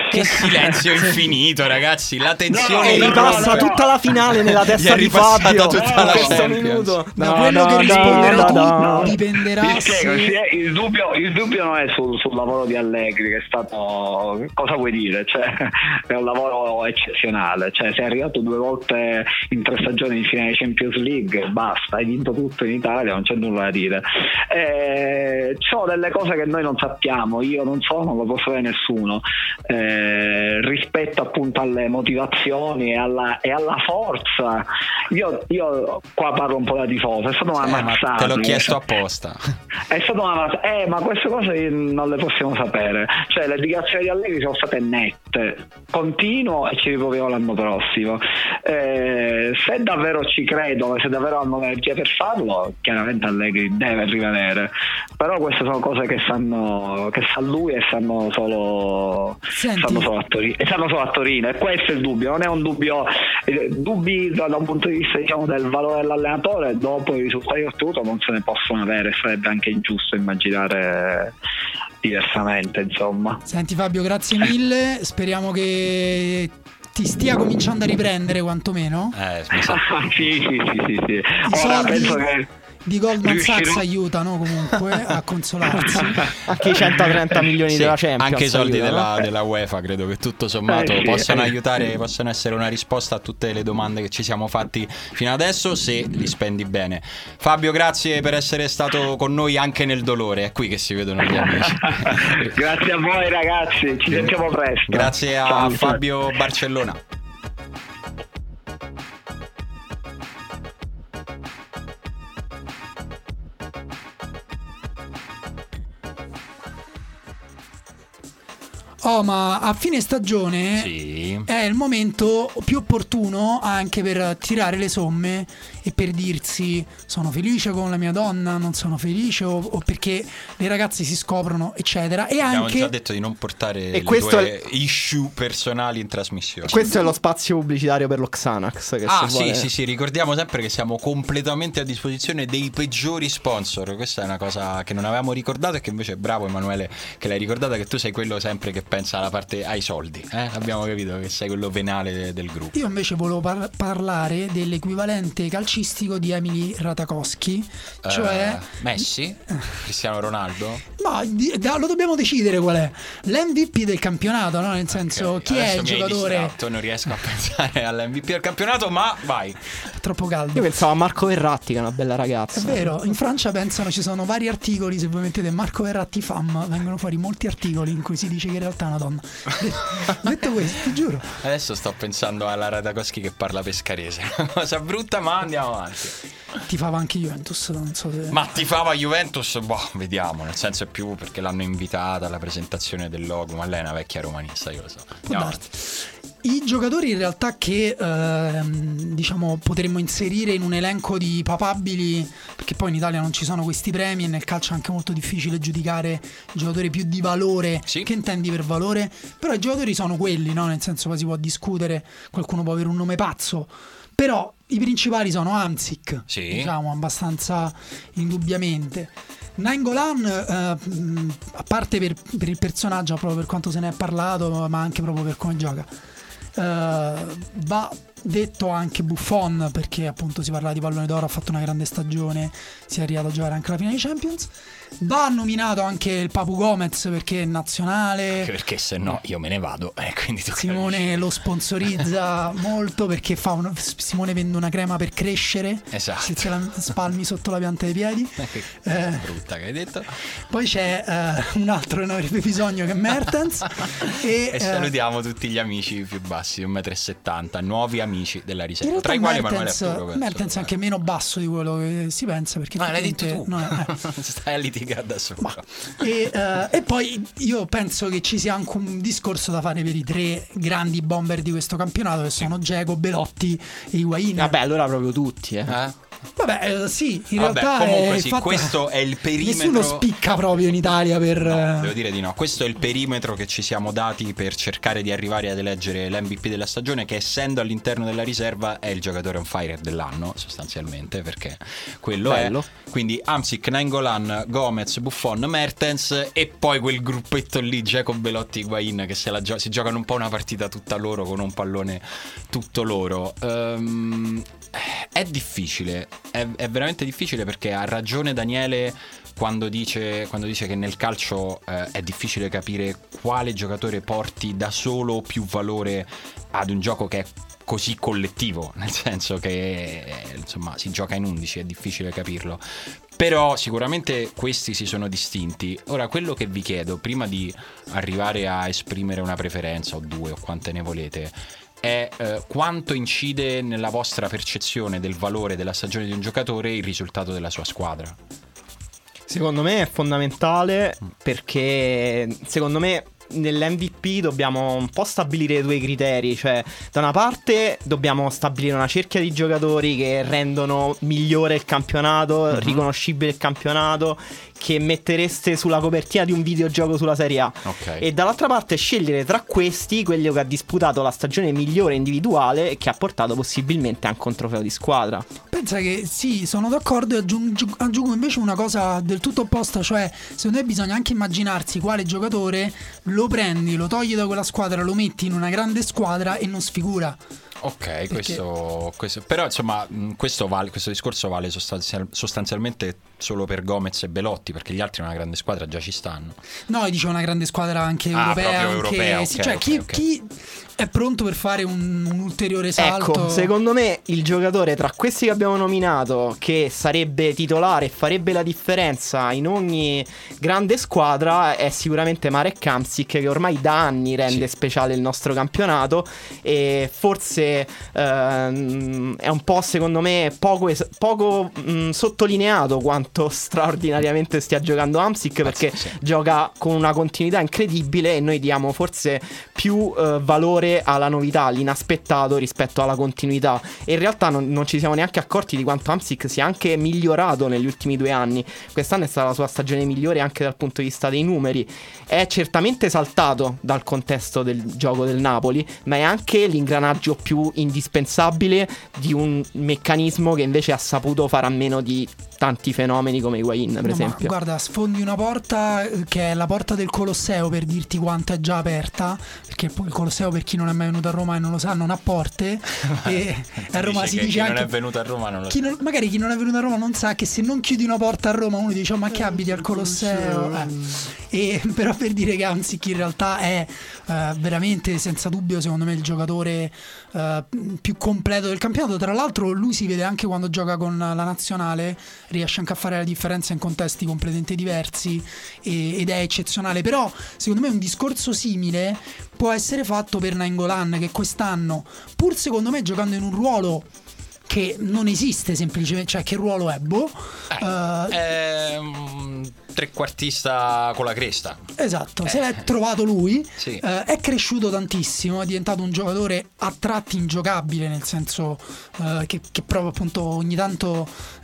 Che silenzio infinito, ragazzi. La tensione E no, ripassa no, no. tutta la finale nella Gli è testa di ripassata Fabio. tutta la Questo Champions. minuto. Da No, quello no, che no, risponderà no, tu no. dipenderà Vi spiego, se... sì, eh, il, dubbio, il dubbio non è sul, sul lavoro di Allegri, che è stato, cosa vuoi dire, cioè, è un lavoro eccezionale, cioè sei arrivato due volte in tre stagioni in finale Champions League, basta, hai vinto tutto in Italia, non c'è nulla da dire. Eh, c'ho delle cose che noi non sappiamo, io non so, non lo può sapere nessuno, eh, rispetto appunto alle motivazioni e alla, e alla forza. Io, io qua parlo un po' da tifoso, è stata una Eh, ma mazzata. te l'ho chiesto apposta. È stata una mazzata. Eh, ma queste cose non le possiamo sapere. Cioè, le dichiarazioni di Allegri sono state nette. Continuo e ci riproviamo l'anno prossimo. Eh, se davvero ci credono, se davvero hanno l'energia per farlo, chiaramente Allegri deve rimanere. Però queste sono cose che sanno, che sa lui e sanno solo, Senti. sanno solo a Torino. E sanno solo a Torino. E questo è il dubbio. Non è un dubbio. eh, Dubbi da un punto di vista, diciamo, del valore dell'allenatore dopo i risultati ottenuti non se ne possono avere. Sarebbe anche ingiusto immaginare diversamente, insomma. Senti Fabio, grazie mille, speriamo che ti stia cominciando a riprendere quantomeno. Eh, mi sa. sì, sì, sì, sì, sì. I Ora soldi penso che di Goldman riuscirò- Sachs aiutano comunque a consolarsi. Anche i centotrenta milioni Sì, della Champions. anche i soldi aiutano. della, della UEFA credo che tutto sommato Eh, sì, possano eh. aiutare, possono essere una risposta a tutte le domande che ci siamo fatti fino adesso, se li spendi bene. Fabio, grazie per essere stato con noi anche nel dolore, è qui che si vedono gli amici. grazie a voi ragazzi, ci sentiamo presto. Grazie a Ciao. Fabio Barcellona. Oh, ma a fine stagione Sì. è il momento più opportuno anche per tirare le somme e per dirsi sono felice con la mia donna, non sono felice, o, o perché le ragazze si scoprono, eccetera. E Abbiamo anche già detto di non portare E le questo tue issue personali in trasmissione. Questo è lo spazio pubblicitario per lo Xanax. Che Ah si sì, vuole- sì, sì, ricordiamo sempre che siamo completamente a disposizione dei peggiori sponsor. Questa è una cosa che non avevamo ricordato e che invece è bravo Emanuele che l'hai ricordata, che tu sei quello sempre che pensa alla parte ai soldi, eh? Abbiamo capito che sei quello venale del gruppo. io invece volevo par- parlare dell'equivalente calcistico di Emily Ratajkowski, cioè Eh, Messi? Cristiano Ronaldo? ma di- da- lo dobbiamo decidere qual è l'M V P del campionato, no? Nel senso, Ok, chi è adesso il mi hai giocatore distratto, non riesco a pensare all'M V P del campionato, ma vai. troppo caldo. Io pensavo a Marco Verratti, che è una bella È ragazza. vero, in Francia pensano, ci sono vari articoli, se voi mettete Marco Verratti fam, vengono fuori molti articoli in cui si dice che in realtà è una donna. Detto questo, ti giuro. Adesso sto pensando alla Ratajkowski che parla pescarese. Una cosa brutta, ma andiamo avanti. Ti fava anche Juventus, non so se... Ma tifava Juventus? Boh, vediamo. Nel senso è più perché l'hanno invitata alla presentazione del logo. Ma lei è una vecchia romanista, io lo so. Può Andiamo darsi. I giocatori in realtà che ehm, diciamo potremmo inserire in un elenco di papabili, perché poi in Italia non ci sono questi premi e nel calcio è anche molto difficile giudicare il giocatore più di valore. Sì. Che intendi per valore? Però i giocatori sono quelli, no? Nel senso, poi si può discutere, qualcuno può avere un nome pazzo, però i principali sono Hamsik, Sì. diciamo abbastanza indubbiamente. Nainggolan, eh, mh, a parte per, per il personaggio, proprio per quanto se ne è parlato, ma anche proprio per come gioca, eh, va detto anche Buffon, perché appunto si parla di pallone d'oro, ha fatto una grande stagione, si è arrivato a giocare anche la finale di Champions. Va nominato anche il Papu Gomez perché è nazionale. Anche perché se no io me ne vado. Eh, quindi tu Simone capisci. lo sponsorizza molto perché fa una, Simone vende una crema per crescere. Esatto. Se te la spalmi sotto la pianta dei piedi. Che Eh, brutta che hai detto. Poi c'è eh, un altro che non avrebbe bisogno, che è Mertens. e E eh, salutiamo tutti gli amici più bassi, un metro e settanta, nuovi amici della in riserva. realtà Tra i quali Emanuele Mertens, Arturo. penso. Mertens è anche meno basso di quello che si pensa, perché Ma l'hai detto tu. effettivamente- no, eh. Stai a litigare da solo. E, eh, e poi io penso che ci sia anche un discorso da fare per i tre grandi bomber di questo campionato, che sono Dzeko, Belotti e Higuain. Vabbè, allora proprio tutti, eh. Eh? Vabbè, eh, sì, in Vabbè, realtà comunque è sì, fatta... questo è il perimetro. Nessuno spicca proprio in Italia per... No, devo dire di no. Questo è il perimetro che ci siamo dati per cercare di arrivare ad eleggere l'M V P della stagione, che essendo all'interno della riserva è il giocatore on fire dell'anno, sostanzialmente, perché quello Bello. è. Quindi Hamsik, Nainggolan, Gomez, Buffon, Mertens e poi quel gruppetto lì, Dzeko, Belotti, Higuain, che se la gio- si giocano un po' una partita tutta loro con un pallone tutto loro. Um, è difficile, è, è veramente difficile, perché ha ragione Daniele quando dice, quando dice che nel calcio eh, è difficile capire quale giocatore porti da solo più valore ad un gioco che è così collettivo, nel senso che eh, insomma si gioca in undici, è difficile capirlo. Però sicuramente questi si sono distinti. Ora, quello che vi chiedo, prima di arrivare a esprimere una preferenza o due o quante ne volete, è eh, quanto incide nella vostra percezione del valore della stagione di un giocatore il risultato della sua squadra. Secondo me è fondamentale, perché secondo me nell'M V P dobbiamo un po' stabilire due criteri. Cioè, da una parte dobbiamo stabilire una cerchia di giocatori che rendono migliore il campionato, uh-huh. riconoscibile il campionato, che mettereste sulla copertina di un videogioco sulla Serie A. Okay. E dall'altra parte scegliere tra questi quello che ha disputato la stagione migliore individuale e che ha portato possibilmente anche un trofeo di squadra. Pensa che sì, sono d'accordo, e aggiungo, aggiungo invece una cosa del tutto opposta. Cioè, secondo me bisogna anche immaginarsi quale giocatore lo prendi, lo togli da quella squadra, lo metti in una grande squadra e non sfigura. Ok, Perché... questo, questo però insomma questo, vale, questo discorso vale sostanzial, sostanzialmente solo per Gomez e Belotti, perché gli altri in una grande squadra già ci stanno. No, io dicevo una grande squadra anche ah, europea, anche... europea okay, sì, cioè okay, chi, okay. chi è pronto per fare un, un ulteriore salto? Ecco, secondo me il giocatore tra questi che abbiamo nominato che sarebbe titolare e farebbe la differenza in ogni grande squadra è sicuramente Marek Hamsik, che ormai da anni rende sì. speciale il nostro campionato, e forse ehm, è un po', secondo me, poco, es- poco mh, sottolineato quanto straordinariamente stia giocando Hamsik, perché sì, sì. gioca con una continuità incredibile e noi diamo forse più eh, valore alla novità, all'inaspettato rispetto alla continuità. E in realtà non, non ci siamo neanche accorti di quanto Hamsik sia anche migliorato negli ultimi due anni. Quest'anno è stata la sua stagione migliore anche dal punto di vista dei numeri. È certamente saltato dal contesto del gioco del Napoli, ma è anche l'ingranaggio più indispensabile di un meccanismo che invece ha saputo fare a meno di tanti fenomeni come Higuain, per no, esempio. Ma guarda, sfondi una porta che è la porta del Colosseo, per dirti quanto è già aperta, perché il Colosseo, per chi non è mai venuto a Roma e non lo sa, non ha porte. E a Roma si dice chi anche non è venuto a Roma non lo chi non, magari chi non è venuto a Roma non sa che se non chiudi una porta a Roma uno dice: oh, ma che abiti al Colosseo? Eh. E però, per dire che Hamsik in realtà è eh, veramente, senza dubbio, secondo me il giocatore eh, più completo del campionato. Tra l'altro lui si vede anche quando gioca con la nazionale, riesce anche a fare la differenza in contesti completamente diversi e, ed è eccezionale. Però secondo me un discorso simile può essere fatto per Nainggolan, che quest'anno, pur secondo me giocando in un ruolo che non esiste semplicemente, cioè che ruolo è? Boh, eh, uh, è un trequartista con la cresta. Esatto, eh. se l'è trovato lui, sì. uh, è cresciuto tantissimo, è diventato un giocatore a tratti ingiocabile, nel senso uh, che, che proprio appunto ogni tanto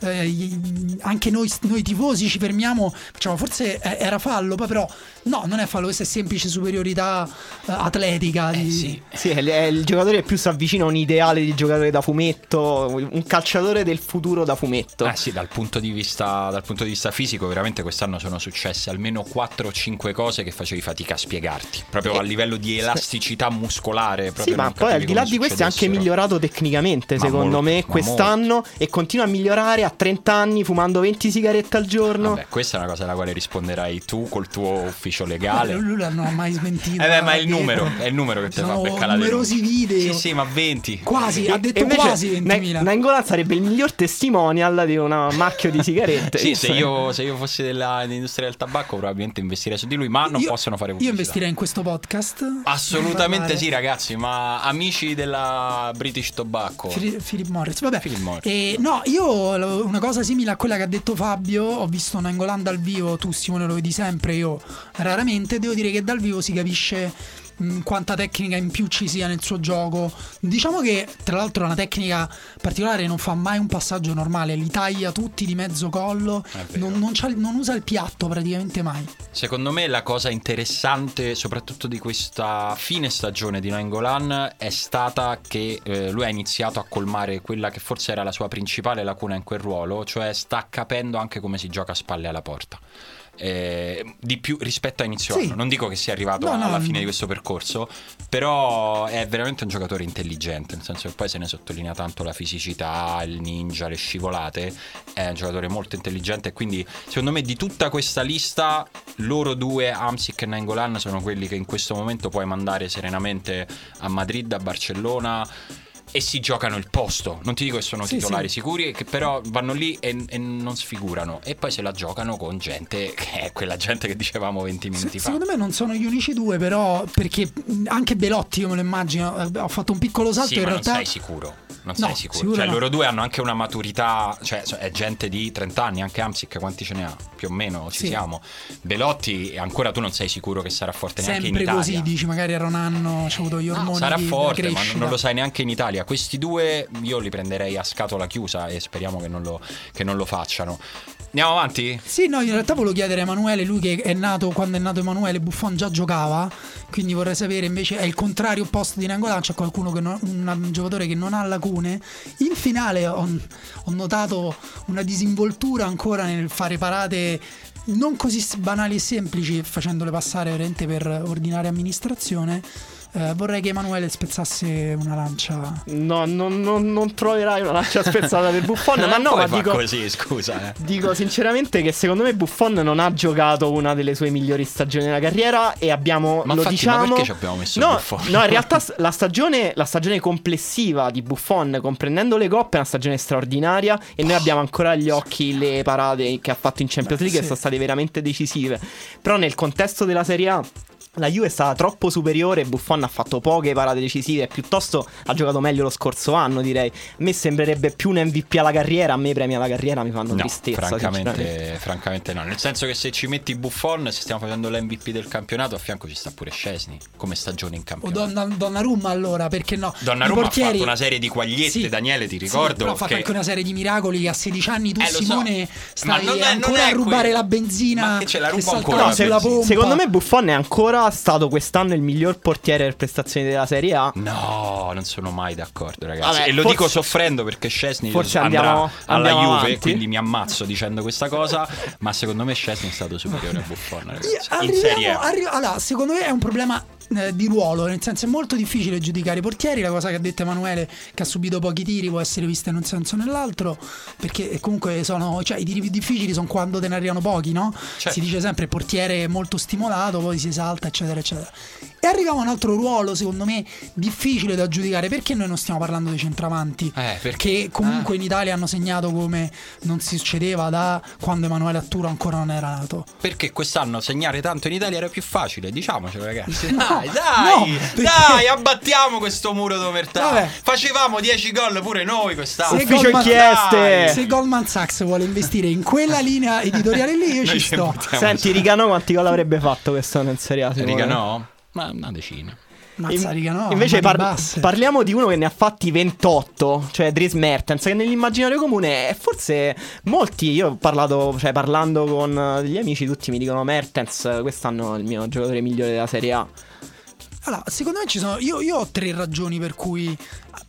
uh, anche noi, noi tifosi ci fermiamo, diciamo forse era fallo, poi però no, non è fallo, questa è semplice superiorità uh, atletica. Eh, di... sì, sì è, è il giocatore che più si avvicina a un ideale di giocatore da fumetto, un calciatore del futuro da fumetto. Ah sì, dal punto di vista dal punto di vista fisico veramente quest'anno sono successe almeno quattro o cinque cose che facevi fatica a spiegarti, proprio eh, a livello di elasticità muscolare. Sì, ma poi al di là di questo è anche migliorato tecnicamente, ma secondo molto, me quest'anno molto. E continua a migliorare a trenta anni fumando venti sigarette al giorno. Vabbè, questa è una cosa alla quale risponderai tu col tuo ufficio legale. Beh, lui non ha mai smentito. Eh beh, ma è il numero, è il numero che ti fa beccare la numerosi video. Sì, sì, ma venti. Quasi, e, ha detto quasi ventimila. Nainggolan sarebbe il miglior testimonial di una marchio di sigarette. Sì, se io, se io fossi dell'industria del tabacco probabilmente investirei su di lui, ma non io, possono fare pubblicità. Io investirei in questo podcast. Assolutamente sì, ragazzi, ma amici della British Tobacco. Philip, Philip Morris. Vabbè. Philip Morris. E, no, io una cosa simile a quella che ha detto Fabio, ho visto Nainggolan dal vivo, tu Simone lo vedi sempre, io raramente, devo dire che dal vivo si capisce mh, quanta tecnica in più ci sia nel suo gioco. Diciamo che tra l'altro è una tecnica particolare, non fa mai un passaggio normale, li taglia tutti di mezzo collo, non, non, c'ha, non usa il piatto praticamente mai. Secondo me la cosa interessante soprattutto di questa fine stagione di Nainggolan è stata che eh, lui ha iniziato a colmare quella che forse era la sua principale lacuna in quel ruolo, cioè sta capendo anche come si gioca a spalle alla porta. Eh, di più rispetto a inizio sì. anno. Non dico che sia arrivato no, no, alla no. fine di questo percorso, però è veramente un giocatore intelligente, nel senso che poi se ne sottolinea tanto la fisicità, il ninja, le scivolate. È un giocatore molto intelligente e quindi secondo me di tutta questa lista loro due, Hamsik e Nainggolan, sono quelli che in questo momento puoi mandare serenamente a Madrid, a Barcellona, e si giocano il posto. Non ti dico che sono sì, titolari sì. sicuri, che però vanno lì e, e non sfigurano, e poi se la giocano con gente che è quella gente che dicevamo venti minuti Se, fa. Secondo me non sono gli unici due, però, perché anche Belotti io me lo immagino, ho fatto un piccolo salto, sì, in ma realtà non sei sicuro. Non no, sei sicuro, sicuro cioè no. loro due hanno anche una maturità, cioè è gente di trenta anni, anche Hamsik quanti ce ne ha? Più o meno ci sì. siamo. Belotti ancora tu non sei sicuro che sarà forte neanche in sempre Italia. così, dici magari era un anno, c'ha avuto gli ormoni, No, sarà di forte, ma crescita. non lo sai neanche in Italia. Questi due io li prenderei a scatola chiusa e speriamo che non lo, che non lo facciano. Andiamo avanti? Sì, no, in realtà volevo chiedere a Emanuele, lui che è nato, quando è nato Emanuele, Buffon già giocava, quindi vorrei sapere invece, è il contrario opposto di Nainggolan, c'è qualcuno che non, un giocatore che non ha lacune. In finale ho, ho notato una disinvoltura ancora nel fare parate non così banali e semplici, facendole passare veramente per ordinaria amministrazione. Eh, vorrei che Emanuele spezzasse una lancia. No, non, non, non troverai una lancia spezzata per Buffon. Ma no, ma dico così, scusa. Eh. Dico sinceramente che secondo me Buffon non ha giocato una delle sue migliori stagioni della carriera. E abbiamo, ma lo infatti, diciamo. Ma perché ci abbiamo messo no, Buffon? No, in realtà la stagione, la stagione complessiva di Buffon, comprendendo le coppe, è una stagione straordinaria. E noi abbiamo ancora agli occhi le parate che ha fatto in Champions League, Beh, sì. che sono state veramente decisive. Però nel contesto della Serie A la Juve è stata troppo superiore, Buffon ha fatto poche parate decisive, piuttosto ha giocato meglio lo scorso anno, direi. A me sembrerebbe più un M V P alla carriera, a me premi alla carriera mi fanno no, tristezza. francamente, francamente no, nel senso che se ci metti Buffon, se stiamo facendo l'M V P del campionato, a fianco ci sta pure Szczęsny come stagione in O campionato. Donna, Donnarumma allora, perché no? Donnarumma portieri... ha fatto una serie di quagliette, sì, Daniele, ti ricordo, sì, però ha fatto che... anche una serie di miracoli che a sedici anni tu, Eh, lo so. Simone, Ma stai non è- non ancora è a rubare quello. la benzina. Ma che ce la che ruba saltava ancora la sulla benzina? pompa. Secondo me Buffon è ancora stato quest'anno il miglior portiere per prestazioni della Serie A. No, non sono mai d'accordo, ragazzi. Vabbè, e lo forse- dico soffrendo perché Szczęsny forse andrà andiamo- alla andiamo Juve, avanti. quindi mi ammazzo dicendo questa cosa. Ma secondo me Szczęsny è stato superiore a Buffon, ragazzi. Io- In Serie arriviamo- A. arri- allora, secondo me è un problema eh, di ruolo, nel senso è molto difficile giudicare i portieri. La cosa che ha detto Emanuele, che ha subito pochi tiri, può essere vista in un senso o nell'altro, perché comunque sono, cioè, i tiri più difficili sono quando te ne arrivano pochi, no? Certo. Si dice sempre il portiere è molto stimolato, poi si esalta, eccetera eccetera. E arriviamo a un altro ruolo, secondo me difficile da giudicare, perché noi non stiamo parlando dei centravanti, Eh, perché? che comunque Ah. in Italia hanno segnato come non si succedeva da quando Emanuele Atturo ancora non era nato. Perché quest'anno segnare tanto in Italia era più facile, diciamocelo, ragazzi. No, dai, dai, no, perché- dai, abbattiamo questo muro d'omertà. Vabbè. Facevamo dieci gol pure noi quest'anno. Se Ufficio Goldman- inchieste. Dai. Se Goldman Sachs vuole investire in quella linea editoriale lì, io Noi ci ci sto. buttiamo. Senti, Rigano quanti gol avrebbe fatto quest'anno in Serie A? Simone? Riga no? Ma una decina. Mazza, riga, no, Invece mani par- basse. parliamo di uno che ne ha fatti ventotto, cioè Dries Mertens, che nell'immaginario comune è forse molti, io ho parlato, cioè parlando con degli amici, tutti mi dicono Mertens quest'anno è il mio giocatore migliore della Serie A. Allora, secondo me ci sono. Io, io ho tre ragioni per cui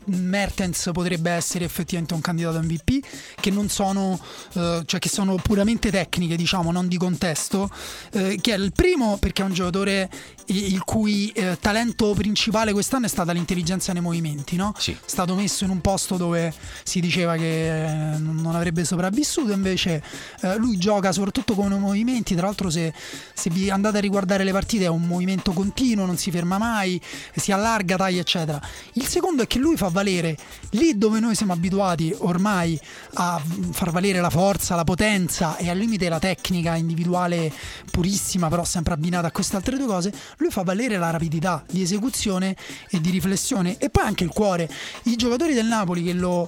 Mertens potrebbe essere effettivamente un candidato M V P, che non sono, eh, cioè che sono puramente tecniche, diciamo, non di contesto. Eh, che è il primo, perché è un giocatore il cui eh, talento principale quest'anno è stata l'intelligenza nei movimenti, no? Sì. È stato messo in un posto dove si diceva che eh, non avrebbe sopravvissuto, invece eh, lui gioca soprattutto con i movimenti. Tra l'altro, se, se vi andate a riguardare le partite, è un movimento continuo, non si ferma mai, si allarga, taglia, eccetera. Il secondo è che lui fa valere lì dove noi siamo abituati ormai a far valere la forza, la potenza e al limite la tecnica individuale purissima, però sempre abbinata a queste altre due cose. Lui fa valere la rapidità di esecuzione e di riflessione, e poi anche il cuore. I giocatori del Napoli che lo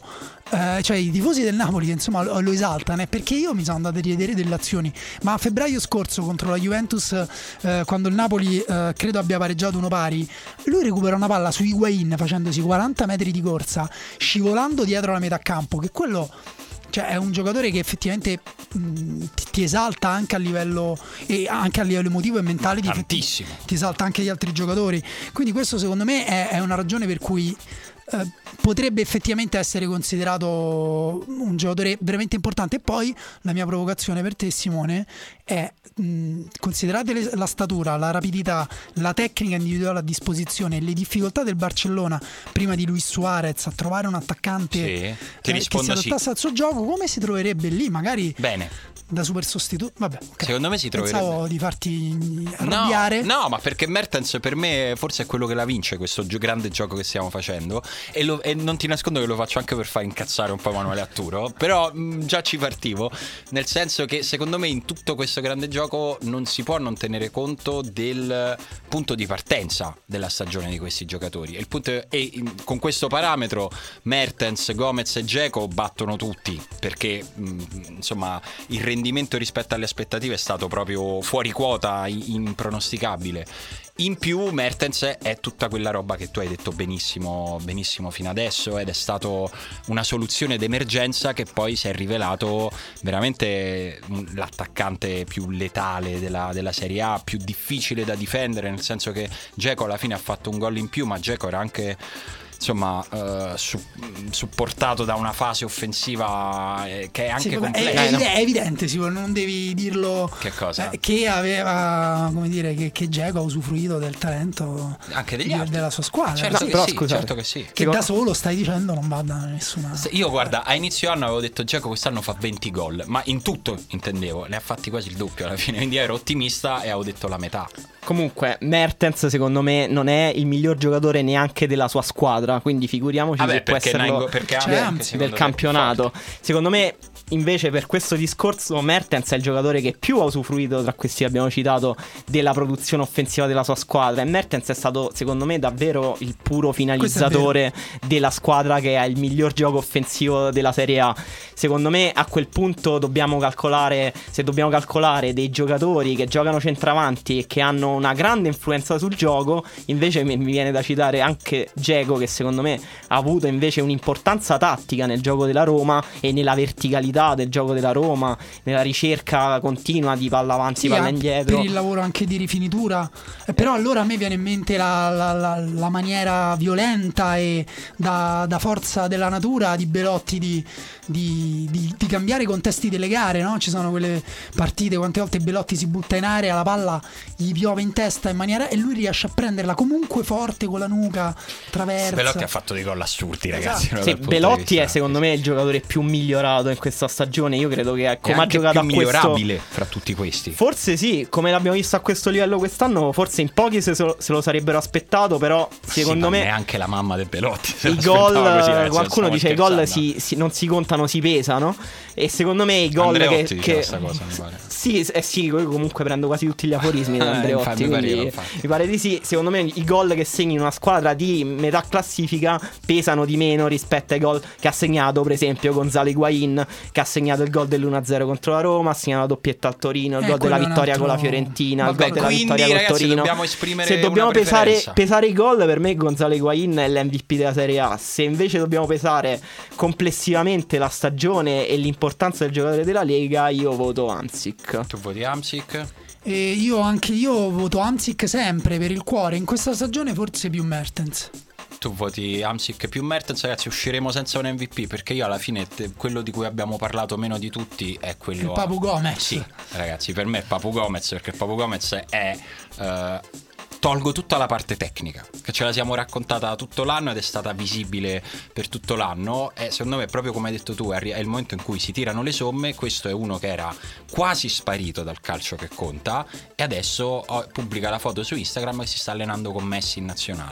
eh, cioè i tifosi del Napoli insomma lo, lo esaltano, è perché io mi sono andato a rivedere delle azioni, ma a febbraio scorso contro la Juventus, eh, quando il Napoli eh, credo abbia pareggiato uno pari, lui recupera una palla su Higuain facendosi quaranta metri di corsa, scivolando dietro la metà campo, che quello, cioè, è un giocatore che effettivamente mh, ti, ti esalta anche a livello e anche a livello emotivo e mentale, ti, ti, ti esalta anche gli altri giocatori, quindi questo secondo me è, è una ragione per cui eh, potrebbe effettivamente essere considerato un giocatore veramente importante. E poi la mia provocazione per te, Simone, è mh, considerate le, la statura, la rapidità, la tecnica individuale a disposizione e le difficoltà del Barcellona prima di Luis Suarez a trovare un attaccante sì, eh, che si adattasse sì. al suo gioco, come si troverebbe lì magari bene da super sostituto? Vabbè, okay. Secondo me si troverebbe. Pensavo di farti arrabbiare. No, no, ma perché Mertens per me forse è quello che la vince questo gio- grande gioco che stiamo facendo, e, lo, e non ti nascondo che lo faccio anche per far incazzare un po' Emanuele Atturo, però mh, già ci partivo, nel senso che secondo me in tutto questo grande gioco non si può non tenere conto del punto di partenza della stagione di questi giocatori, e, il punto è, e con questo parametro Mertens, Gomez e Dzeko battono tutti, perché mh, insomma il rendimento rispetto alle aspettative è stato proprio fuori quota, impronosticabile. In più Mertens è tutta quella roba che tu hai detto benissimo benissimo fino adesso, ed è stato una soluzione d'emergenza che poi si è rivelato veramente l'attaccante più letale della, della Serie A, più difficile da difendere, nel senso che Dzeko alla fine ha fatto un gol in più, ma Dzeko era anche insomma uh, su, supportato da una fase offensiva eh, che è anche sì, complessa. È, è, è evidente, Simone, non devi dirlo. Che cosa? Eh, che aveva, come dire, che, che Dzeko ha usufruito del talento anche degli di, altri. della sua squadra. Certo, no, che, sì, certo che sì. Che da solo stai dicendo non va da nessuna. Io guarda, a inizio anno avevo detto Dzeko quest'anno fa venti gol, ma in tutto intendevo, ne ha fatti quasi il doppio alla fine, quindi ero ottimista e avevo detto la metà. Comunque Mertens secondo me non è il miglior giocatore neanche della sua squadra, quindi figuriamoci Vabbè, se può esserlo perché cioè, anche del campionato. Secondo me invece per questo discorso Mertens è il giocatore che più ha usufruito tra questi che abbiamo citato della produzione offensiva della sua squadra, e Mertens è stato secondo me davvero il puro finalizzatore della squadra, che ha il miglior gioco offensivo della Serie A. Secondo me a quel punto dobbiamo calcolare, se dobbiamo calcolare dei giocatori che giocano centravanti e che hanno una grande influenza sul gioco, invece mi, mi viene da citare anche Dzeko, che secondo me ha avuto invece un'importanza tattica nel gioco della Roma e nella verticalità del gioco della Roma, nella ricerca continua di palla avanti, sì, palla indietro, per il lavoro anche di rifinitura. Eh, però allora a me viene in mente la, la, la, la maniera violenta e da, da forza della natura di Belotti di, di, di, di cambiare i contesti delle gare, no? Ci sono quelle partite, quante volte Belotti si butta in area, la palla gli piove in testa in maniera, e lui riesce a prenderla comunque forte con la nuca, traversa. Belotti ha fatto dei gol assurdi, ragazzi. Esatto. Sì, Belotti è secondo me il giocatore più migliorato in questa stagione. Io credo che come ha giocato più a questo, migliorabile fra tutti questi. Forse sì, come l'abbiamo visto a questo livello quest'anno, forse in pochi se, se lo sarebbero aspettato, però secondo sì, me neanche la mamma del Belotti i gol, così, ragazzi, qualcuno dice i gol si, si, non si contano, si pesano, e secondo me i gol che, che questa cosa, mi pare. Sì, eh sì, io comunque prendo quasi tutti gli aforismi da Andreotti, mi, quindi pare, mi pare di sì. Secondo me i gol che segni in una squadra di metà classifica pesano di meno rispetto ai gol che ha segnato per esempio Gonzalo Higuain, che ha segnato il gol dell'uno a zero contro la Roma, ha segnato la doppietta al Torino, il eh, gol della vittoria altro... con la Fiorentina, Vabbè, il gol della quindi, vittoria ragazzi, col Torino. dobbiamo esprimere Se dobbiamo una pesare, pesare i gol, per me Gonzalo Higuain è l'M V P della Serie A. Se invece dobbiamo pesare complessivamente la stagione e l'importanza del giocatore della Lega, io voto Hamsik. Tu voti Hamsik? E io anche io voto Hamsik sempre per il cuore. In questa stagione forse più Mertens. Tu voti Hamsik più Mertens, ragazzi, usciremo senza un M V P, perché io alla fine te, quello di cui abbiamo parlato meno di tutti è quello il Papu Gomez. Sì, ragazzi, per me è Papu Gomez, perché il Papu Gomez è uh, tolgo tutta la parte tecnica, che ce la siamo raccontata tutto l'anno ed è stata visibile per tutto l'anno, e secondo me proprio come hai detto tu è il momento in cui si tirano le somme. Questo è uno che era quasi sparito dal calcio che conta e adesso pubblica la foto su Instagram e si sta allenando con Messi in nazionale.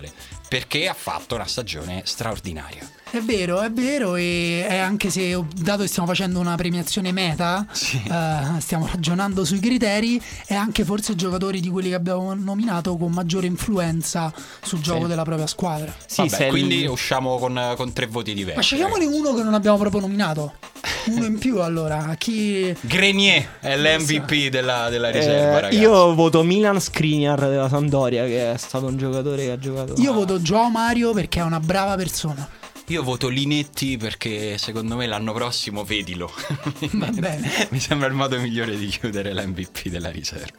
perché ha fatto una stagione straordinaria. È vero, è vero, e è anche se dato che stiamo facendo una premiazione meta, Sì. eh, stiamo ragionando sui criteri, è anche forse giocatori di quelli che abbiamo nominato con maggiore influenza sul gioco Sì. della propria squadra. Sì, Vabbè, se quindi il- usciamo con, con tre voti diversi. Ma scegliamone uno che non abbiamo proprio nominato. Uno in più allora. Chi... Grenier è l'M V P della, della Eh, riserva, ragazzi. io voto Milan Skriniar della Sampdoria, che è stato un giocatore che ha giocato. Io voto Joao Mario perché è una brava persona. Io voto Linetti perché secondo me l'anno prossimo vedilo. Va bene. Mi sembra il modo migliore di chiudere l'M V P della riserva.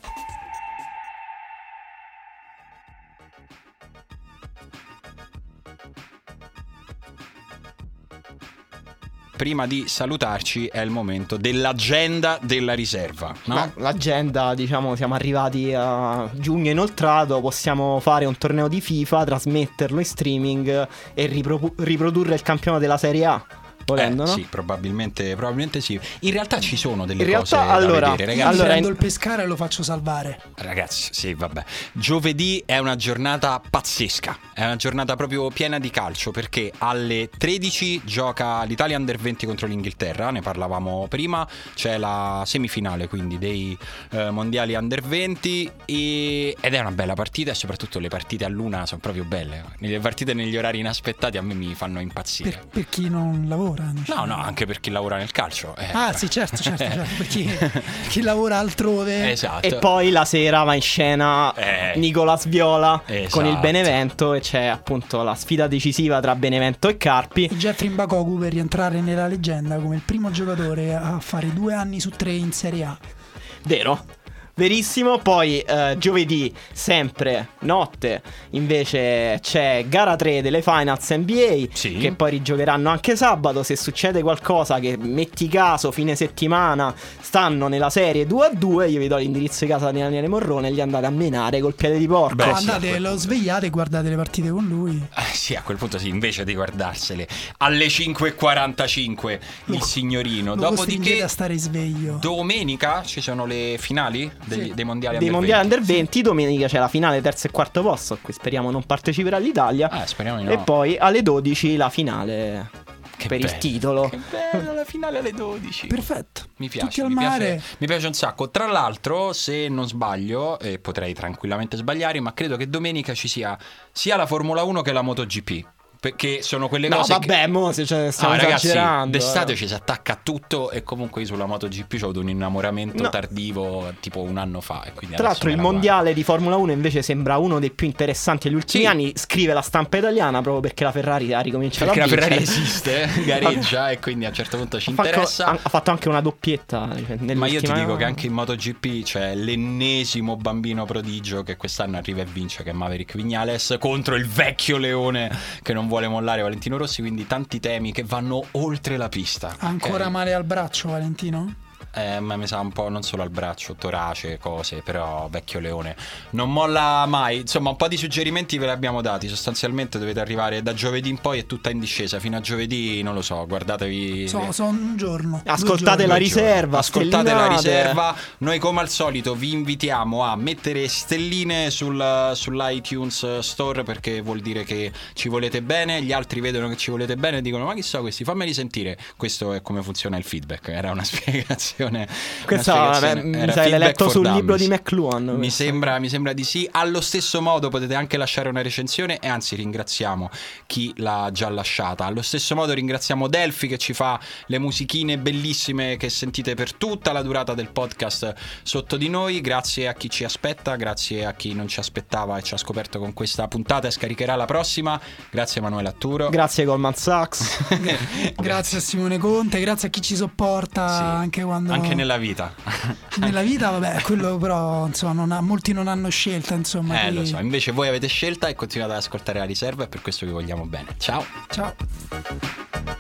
Prima di salutarci è il momento dell'agenda della riserva, no? Ma l'agenda, diciamo, siamo arrivati a giugno inoltrato, possiamo fare un torneo di FIFA, trasmetterlo in streaming e ripro- riprodurre il campionato della Serie A, volendo, Eh, no? Sì, probabilmente, probabilmente sì. In realtà ci sono delle In cose realtà, da allora, vedere, Io ragazzi. mi allora, prendo in- il pescare e lo faccio salvare. Ragazzi, sì, vabbè. Giovedì è una giornata pazzesca. È una giornata proprio piena di calcio perché alle tredici gioca l'Italia Under venti contro l'Inghilterra, ne parlavamo prima, c'è la semifinale quindi dei eh, mondiali Under venti e... ed è una bella partita e soprattutto le partite a luna sono proprio belle. Le partite negli orari inaspettati a me mi fanno impazzire. Per, per chi non lavora. No, diciamo. no, anche per chi lavora nel calcio. eh. Ah sì, certo, certo, certo. Per chi, per chi lavora altrove. Esatto. E poi la sera va in scena Eh. Nicolas Viola Esatto. con il Benevento e c'è appunto la sfida decisiva tra Benevento e Carpi. Jeffrey Mbakoku per rientrare nella leggenda come il primo giocatore a fare due anni su tre in Serie A. Vero? Verissimo. Poi eh, giovedì, sempre notte, invece c'è gara tre delle Finals N B A, Sì. che poi rigiocheranno anche sabato. Se succede qualcosa che metti caso fine settimana stanno nella serie due a due, io vi do l'indirizzo di casa di Daniele Morrone e li andate a menare col piede di porco. Beh, No, sì, a andate, quel lo punto. svegliate e guardate le partite con lui. Eh, sì, a quel punto sì, invece di guardarsele alle cinque e quarantacinque il signorino. Lo costringete Dopodiché a stare sveglio. domenica ci sono le finali degli- Sì. dei mondiali Dei under mondiali venti. under venti, domenica c'è la finale terzo e quarto posto, a cui speriamo non parteciperà l'Italia. Eh, speriamo di no. E poi alle dodici la finale Che per bello, il titolo. Che bello, la finale alle dodici. Perfetto. Mi piace, Tutti al mi mare. piace, mi piace un sacco. Tra l'altro, se non sbaglio, e potrei tranquillamente sbagliare, ma credo che domenica ci sia sia la Formula uno che la MotoGP. Perché sono quelle No, cose vabbè, che... mo se cioè, stiamo Ah, ragazzi, esagerando. d'estate eh. ci si attacca a tutto e comunque io sulla MotoGP ho avuto un innamoramento No. tardivo tipo un anno fa e quindi Tra adesso l'altro me il la guardo. mondiale di Formula uno invece sembra uno dei più interessanti degli ultimi Sì. anni. Scrive la stampa italiana proprio perché la Ferrari ha ricominciato Perché a la vincere. Ferrari esiste, gareggia e quindi a un certo punto ci Ha fatto- interessa. ha, ha fatto anche una doppietta cioè, Ma io ti nell'ultima- dico che anche in MotoGP c'è l'ennesimo bambino prodigio che quest'anno arriva e vince, che è Maverick Viñales, contro il vecchio leone che non vuole mollare, Valentino Rossi, quindi tanti temi che vanno oltre la pista. Ha ancora ok? male al braccio, Valentino? Eh, ma mi sa un po' non solo al braccio, torace, cose, però vecchio leone non molla mai. Insomma, un po' di suggerimenti ve li abbiamo dati. Sostanzialmente dovete arrivare da giovedì in poi, è tutta in discesa. Fino a giovedì, non lo so, guardatevi. So, so un giorno. due Ascoltate giorni. la riserva, Ascoltate la stellinate. riserva. Noi come al solito vi invitiamo a mettere stelline sul, sull'iTunes Store, perché vuol dire che ci volete bene. Gli altri vedono che ci volete bene e dicono: ma chi sono questi? Fammeli sentire. Questo è come funziona il feedback. Era una spiegazione. Questa una vabbè, spiegazione. mi Era sa che l'hai feedback letto for sul dummies. libro di McLuhan. Mi questo. sembra, mi sembra di sì. Allo stesso modo potete anche lasciare una recensione e anzi ringraziamo chi l'ha già lasciata. Allo stesso modo ringraziamo Delphi che ci fa le musichine bellissime che sentite per tutta la durata del podcast sotto di noi. Grazie a chi ci aspetta, grazie a chi non ci aspettava e ci ha scoperto con questa puntata e scaricherà la prossima. Grazie Emanuele Atturo. Grazie Goldman Sachs. Grazie a Simone Conte, grazie a chi ci sopporta Sì, anche quando anche nella vita. nella vita, vabbè, quello però insomma non ha, molti non hanno scelta, insomma. Eh chi- lo so, invece voi avete scelta e continuate ad ascoltare la riserva e per questo vi vogliamo bene. Ciao. Ciao.